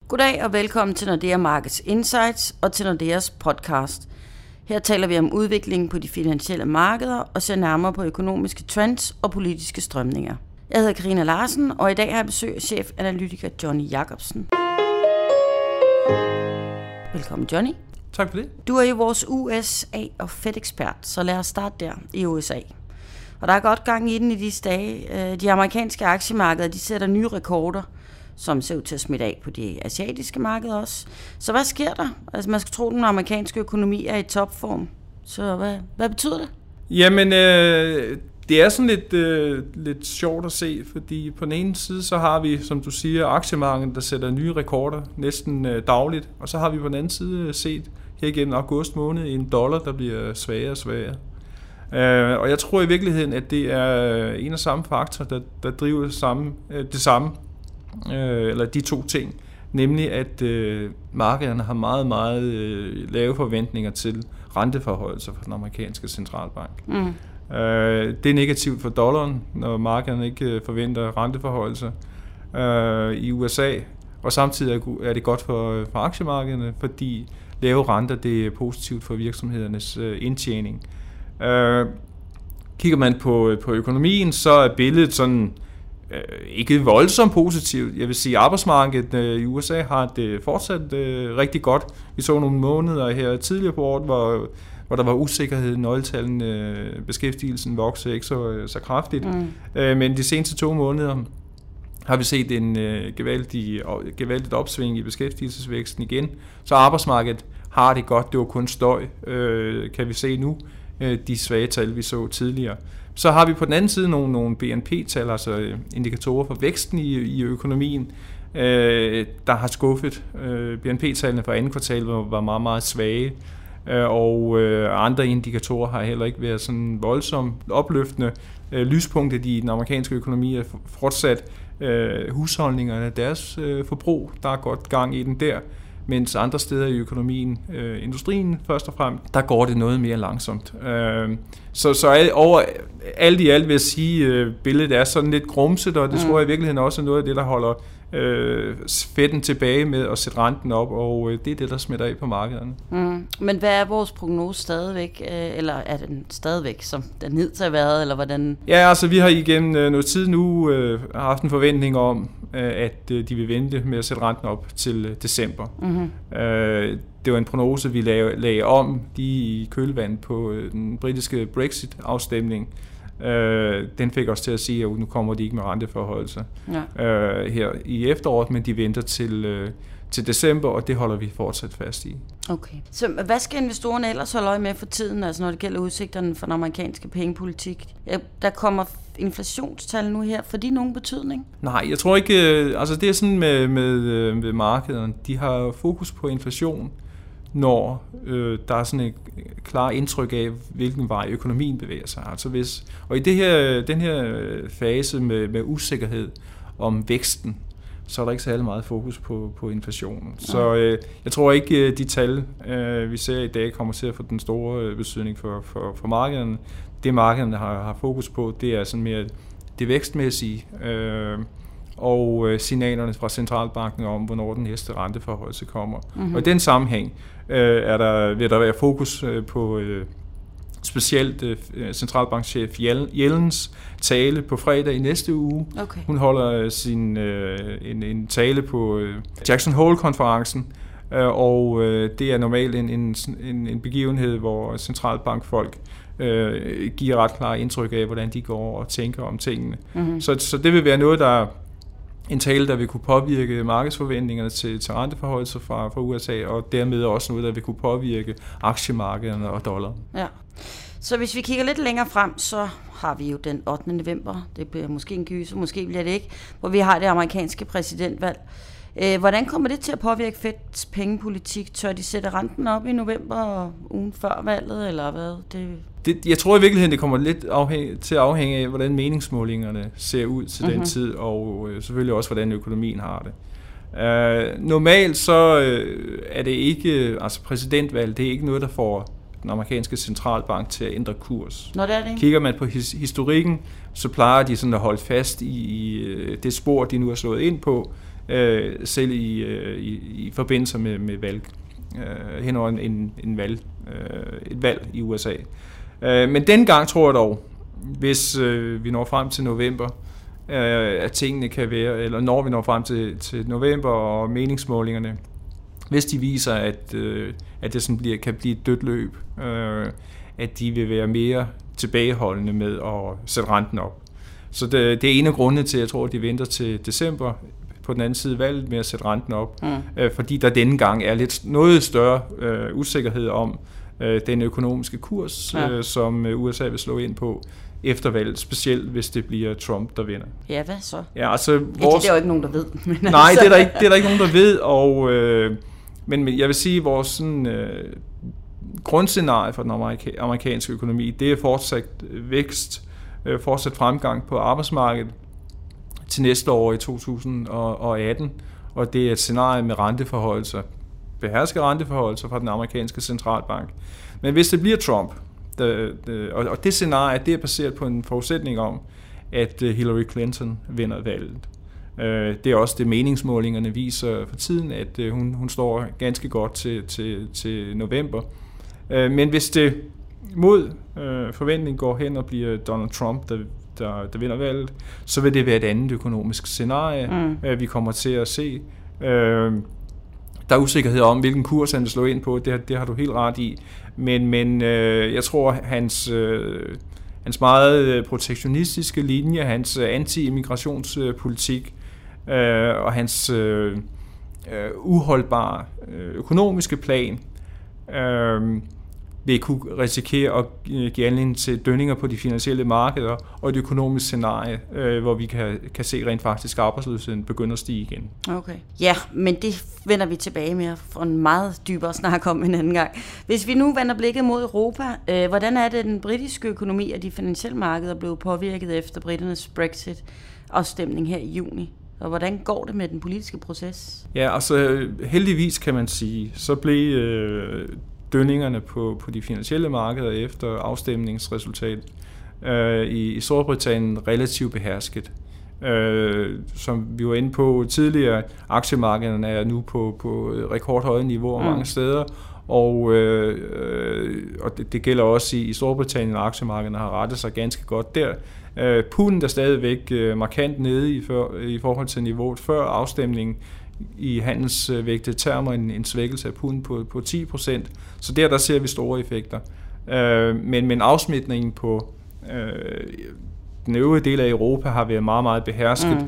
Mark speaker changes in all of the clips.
Speaker 1: Goddag og velkommen til Nordea Markets Insights og til Nordeas podcast. Her taler vi om udviklingen på de finansielle markeder og ser nærmere på økonomiske trends og politiske strømninger. Jeg hedder Karina Larsen, og i dag har jeg besøg af chefanalytiker Johnny Jacobsen. Velkommen, Johnny.
Speaker 2: Tak for det.
Speaker 1: Du er jo vores USA- og Fed-ekspert, så lad os starte der i USA. Og der er godt gang i den i disse dage. De amerikanske aktiemarkeder, de sætter nye rekorder, som ser ud til at smitte af på de asiatiske markeder også. Så hvad sker der? Altså man skal tro, at den amerikanske økonomi er i topform. Så hvad betyder det?
Speaker 2: Jamen, det er sådan lidt sjovt at se, fordi på den ene side, så har vi, som du siger, aktiemarkedet, der sætter nye rekorder næsten dagligt. Og så har vi på den anden side set her igennem august måned en dollar, der bliver svagere og svagere. Og jeg tror i virkeligheden, at det er en og samme faktor, der driver det samme, eller de to ting, nemlig at markederne har meget, meget lave forventninger til renteforhøjelser fra den amerikanske centralbank. Det er negativt for dollaren, når markederne ikke forventer renteforhøjelser i USA, og samtidig er det godt for aktiemarkederne, fordi lave renter det er positivt for virksomhedernes indtjening. Kigger man på økonomien, så er billedet sådan ikke voldsomt positivt. Jeg vil sige, at arbejdsmarkedet i USA har det fortsat rigtig godt. Vi så nogle måneder her tidligere på året, hvor der var usikkerhed i nøgletallene. Beskæftigelsen voksede ikke så kraftigt. Men de seneste 2 måneder har vi set en gevaldigt opsving i beskæftigelsesvæksten igen. Så arbejdsmarkedet har det godt. Det var kun støj, kan vi se nu. De svage tal, vi så tidligere. Så har vi på den anden side nogle BNP-tal, altså indikatorer for væksten i økonomien, der har skuffet. BNP-tallene for andet kvartal var meget, meget svage, og andre indikatorer har heller ikke været sådan voldsomt opløftende. Lyspunktet i den amerikanske økonomi er fortsat husholdningerne, deres forbrug, der er godt gang i den der, mens andre steder i økonomien, industrien først og fremmest, der går det noget mere langsomt. Så over alt i alt vil jeg sige, billedet er sådan lidt grumset, og det tror jeg i virkeligheden også er noget af det, der holder Fed'en tilbage med at sætte renten op, og det er det, der smitter af på markederne.
Speaker 1: Men hvad er vores prognose stadigvæk, eller er den stadigvæk, som den hidtil har været, eller hvordan? Ja,
Speaker 2: altså vi har igennem noget tid nu haft en forventning om, at de vil vente med at sætte renten op til december. Det var en prognose, vi lagde om i kølvandet på den britiske Brexit-afstemning. Den fik os til at sige, at nu kommer de ikke med renteforhøjelser her i efteråret, men de venter til december, og det holder vi fortsat fast i.
Speaker 1: Okay. Så hvad skal investorerne ellers holde øje med for tiden, altså når det gælder udsigterne for den amerikanske pengepolitik? Der kommer inflationstal nu her, får de nogen betydning?
Speaker 2: Nej, jeg tror ikke, altså det er sådan med markederne, de har fokus på inflation, når der er sådan et klart indtryk af, hvilken vej økonomien bevæger sig. Altså og i den her fase med usikkerhed om væksten, så er der ikke særlig meget fokus på inflationen. Så jeg tror ikke, de tal, vi ser i dag, kommer til at få den store betydning for markederne. Det markederne har fokus på, det er sådan mere det vækstmæssige, og signalerne fra centralbanken om, hvornår den næste renteforhøjelse kommer. Og i den sammenhæng vil der være fokus på specielt centralbankchef Yellens tale på fredag i næste uge.
Speaker 1: Okay.
Speaker 2: Hun holder en tale på Jackson Hole-konferencen, og det er normalt en begivenhed, hvor centralbankfolk giver ret klare indtryk af, hvordan de går og tænker om tingene. Så det vil være noget, en tale, der vil kunne påvirke markedsforventningerne til renteforhøjelser fra USA, og dermed også noget, der vil kunne påvirke aktiemarkederne og dollar. Ja.
Speaker 1: Så hvis vi kigger lidt længere frem, så har vi jo den 8. november, det bliver måske en gyser, måske bliver det ikke, hvor vi har det amerikanske præsidentvalg. Hvordan kommer det til at påvirke Feds pengepolitik? Tør de sætte renten op i november og ugen før valget, eller hvad?
Speaker 2: Jeg tror i virkeligheden, det kommer lidt til at afhænge af, hvordan meningsmålingerne ser ud til den tid, og selvfølgelig også, hvordan økonomien har det. Normalt så er det ikke, altså præsidentvalg, det er ikke noget, der får den amerikanske centralbank til at ændre kurs.
Speaker 1: Nå, det er det.
Speaker 2: Kigger man på historikken, så plejer de sådan at holde fast i det spor, de nu har slået ind på, selv i forbindelse med valg, henover et valg i USA. Men dengang tror jeg dog, hvis vi når frem til november, at tingene kan være, eller når vi når frem til november og meningsmålingerne, hvis de viser, at det sådan kan blive et dødt løb, at de vil være mere tilbageholdende med at sætte renten op. Så det er en af grundene til, at jeg tror, at de venter til december på den anden side valget med at sætte renten op, fordi der denne gang er noget større usikkerhed om den økonomiske kurs, som USA vil slå ind på efter valget, specielt hvis det bliver Trump, der vinder.
Speaker 1: Ja, hvad så?
Speaker 2: Ja, altså,
Speaker 1: det er jo ikke nogen, der ved. Men
Speaker 2: nej, altså. det er der ikke nogen, der ved, og, men jeg vil sige, at vores sådan, grundscenarie for den amerikanske økonomi, det er fortsat vækst, fortsat fremgang på arbejdsmarkedet til næste år i 2018, og det er et scenarie med renteforholdelser, beherskede renteforholdelser fra den amerikanske centralbank. Men hvis det bliver Trump, og det scenarie, det er baseret på en forudsætning om, at Hillary Clinton vinder valget. Det er også det, meningsmålingerne viser for tiden, at hun står ganske godt til november. Men hvis det mod forventning går hen og bliver Donald Trump, der vinder valget, så vil det være et andet økonomisk scenarie, vi kommer til at se. Der er usikkerhed om, hvilken kurs han vil slå ind på, det har du helt ret i. Men jeg tror, hans meget protektionistiske linje, hans anti-immigrationspolitik og hans uholdbare økonomiske plan vil kunne risikere at give anledning til dønninger på de finansielle markeder og et økonomisk scenarie, hvor vi kan se rent faktisk arbejdsløsheden begynde at stige igen.
Speaker 1: Okay. Ja, men det vender vi tilbage med for en meget dybere snak om en anden gang. Hvis vi nu vender blikket mod Europa, hvordan er det, den britiske økonomi og de finansielle markeder blev påvirket efter briternes Brexit-afstemning her i juni? Og hvordan går det med den politiske proces?
Speaker 2: Ja, altså heldigvis kan man sige, så blev dønningerne på de finansielle markeder efter afstemningsresultatet i Storbritannien relativt behersket. Som vi var inde på tidligere, aktiemarkederne er nu på rekordhøje niveauer mange steder, og det gælder også i Storbritannien, og aktiemarkederne har rettet sig ganske godt der. Punden er stadigvæk markant nede i forhold til niveauet før afstemningen, i handelsvægtede termer en svækkelse af punden på 10%, så der ser vi store effekter. Men afsmitningen på den øvrige del af Europa har været meget, meget behersket.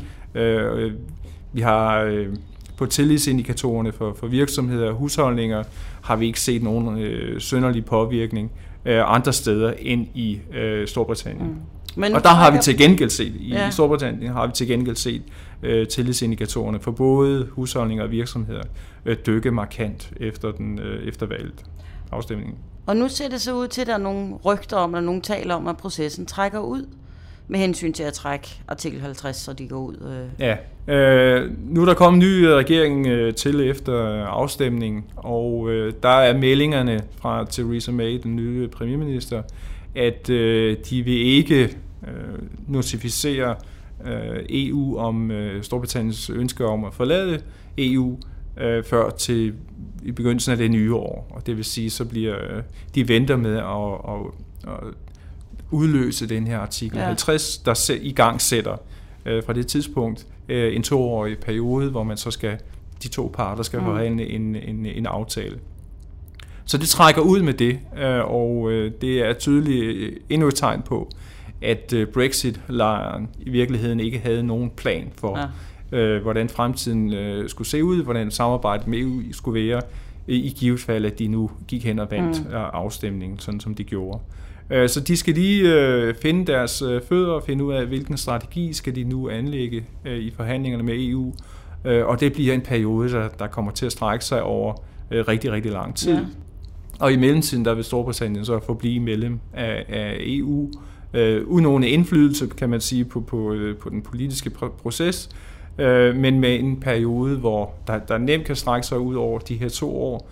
Speaker 2: Vi har på tillidsindikatorerne for virksomheder og husholdninger, har vi ikke set nogen synderlig påvirkning andre steder end i Storbritannien. Og der har vi til gengæld set, i Storbritannien har vi til gengæld set tillidsindikatorerne for både husholdninger og virksomheder dykke markant efter valget, afstemningen.
Speaker 1: Og nu ser det så ud til, at der er nogle rygter om, eller nogle taler om, at processen trækker ud med hensyn til at trække artikel 50, så de går ud.
Speaker 2: Ja, nu er der kommet en ny regering til efter afstemningen, og der er meldingerne fra Theresa May, den nye premierminister, at de vil ikke notificere EU om Storbritanniens ønske om at forlade EU før til i begyndelsen af det nye år. Og det vil sige, så bliver de venter med at udløse den her artikel 50, der i gang sætter fra det tidspunkt en 2-årig periode, hvor man så de to parter skal forhandle en aftale. Så det trækker ud med det, og det er tydeligt endnu et tegn på, at Brexit-lejren i virkeligheden ikke havde nogen plan for, hvordan fremtiden skulle se ud, hvordan samarbejdet med EU skulle være, i givet fald, at de nu gik hen og vandt afstemningen, sådan som de gjorde. Så de skal lige finde deres fødder og finde ud af, hvilken strategi skal de nu anlægge i forhandlingerne med EU, og det bliver en periode, der kommer til at strække sig over rigtig, rigtig lang tid. Ja. Og i mellemtiden, der vil Storbritannien så forblive medlem af EU, uden nogen indflydelse, kan man sige, på den politiske proces, men med en periode, hvor der nemt kan strække sig ud over de her 2 år,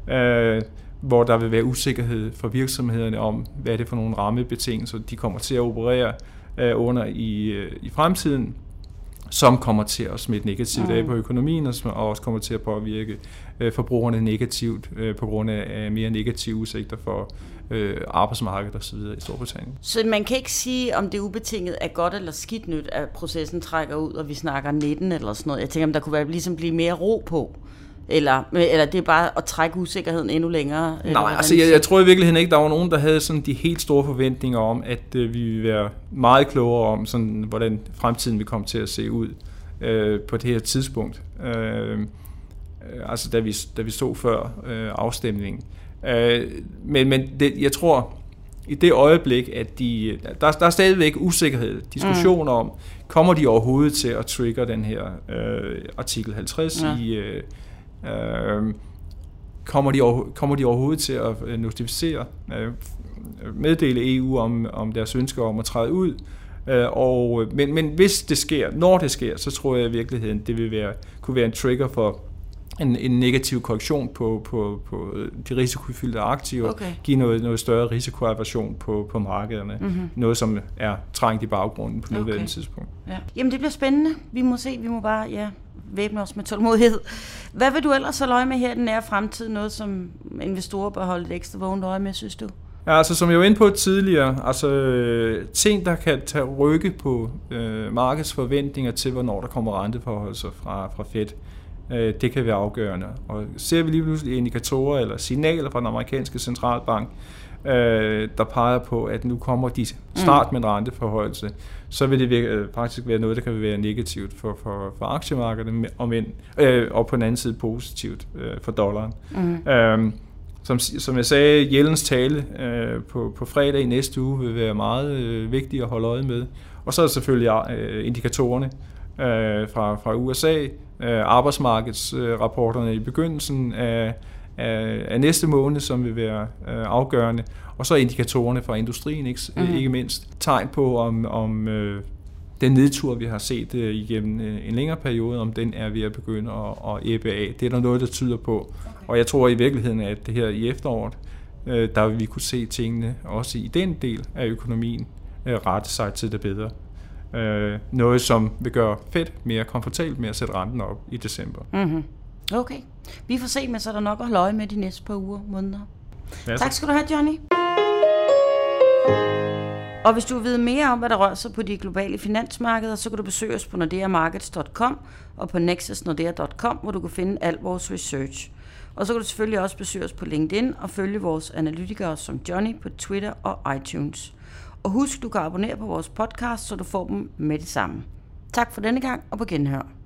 Speaker 2: hvor der vil være usikkerhed for virksomhederne om, hvad er det for nogle rammebetingelser, de kommer til at operere under i fremtiden. som kommer til at smitte negativt af på økonomien, og også kommer til at påvirke forbrugerne negativt på grund af mere negative udsigter for arbejdsmarkedet osv. i Storbritannien.
Speaker 1: Så man kan ikke sige, om det ubetinget er godt eller skidt nyt, at processen trækker ud, og vi snakker 19 eller sådan noget. Jeg tænker, om der kunne ligesom blive mere ro på, eller det er bare at trække usikkerheden endnu længere?
Speaker 2: Nej, altså jeg tror i virkeligheden ikke, der var nogen, der havde sådan de helt store forventninger om, at vi ville være meget klogere om, sådan, hvordan fremtiden vil komme til at se ud på det her tidspunkt. Altså da vi stod før afstemningen. Men jeg tror, i det øjeblik, at der er stadigvæk usikkerhed, diskussioner om, kommer de overhovedet til at trigge den her artikel 50 kommer de overhovedet til at notificere, meddele EU om deres ønsker om at træde ud. Men hvis det sker, når det sker, så tror jeg i virkeligheden, det kunne være en trigger for en negativ korrektion på de risikofyldte aktiver, give noget større risikoaversion på markederne. Noget, som er trængt i baggrunden på nuværende tidspunkt.
Speaker 1: Ja. Jamen, det bliver spændende. Vi må bare væbne os med tålmodighed. Hvad vil du ellers holde øje med her i den nære fremtid? Noget, som investorer bør holde et ekstra vågent øje med, synes du?
Speaker 2: Ja, altså som jeg var inde på tidligere, ting, der kan tage rykke på markedsforventninger til, hvornår der kommer renteforholdelser fra Fed. Det kan være afgørende. Og ser vi lige pludselig indikatorer eller signaler fra den amerikanske centralbank, der peger på, at nu kommer de snart med en renteforhøjelse, så vil det faktisk være noget, der kan være negativt for aktiemarkedet, og på den anden side positivt for dollaren. Som jeg sagde, Yellens tale på fredag i næste uge vil være meget vigtig at holde øje med. Og så er der selvfølgelig indikatorerne fra USA, arbejdsmarkedsrapporterne i begyndelsen af næste måned, som vil være afgørende, og så indikatorerne fra industrien, ikke mindst. Tegn på, om den nedtur, vi har set igennem en længere periode, om den er ved at begynde at ebbe af. Det er der noget, der tyder på. Og jeg tror i virkeligheden, at det her i efteråret, der vil vi kunne se tingene, også i den del af økonomien, rette sig til det bedre. Noget, som vil gøre Fed mere komfortabelt med at sætte renten op i december.
Speaker 1: Okay. Vi får se, men så er der nok at holde øje med de næste par uger, måneder. Tak skal du have, Johnny. Og hvis du vil vide mere om, hvad der rører sig på de globale finansmarkeder, så kan du besøge os på nordeamarkets.com og på nexusnordea.com, hvor du kan finde al vores research. Og så kan du selvfølgelig også besøge os på LinkedIn og følge vores analytikere som Johnny på Twitter og iTunes. Og husk, du kan abonnere på vores podcast, så du får dem med det samme. Tak for denne gang, og på genhør.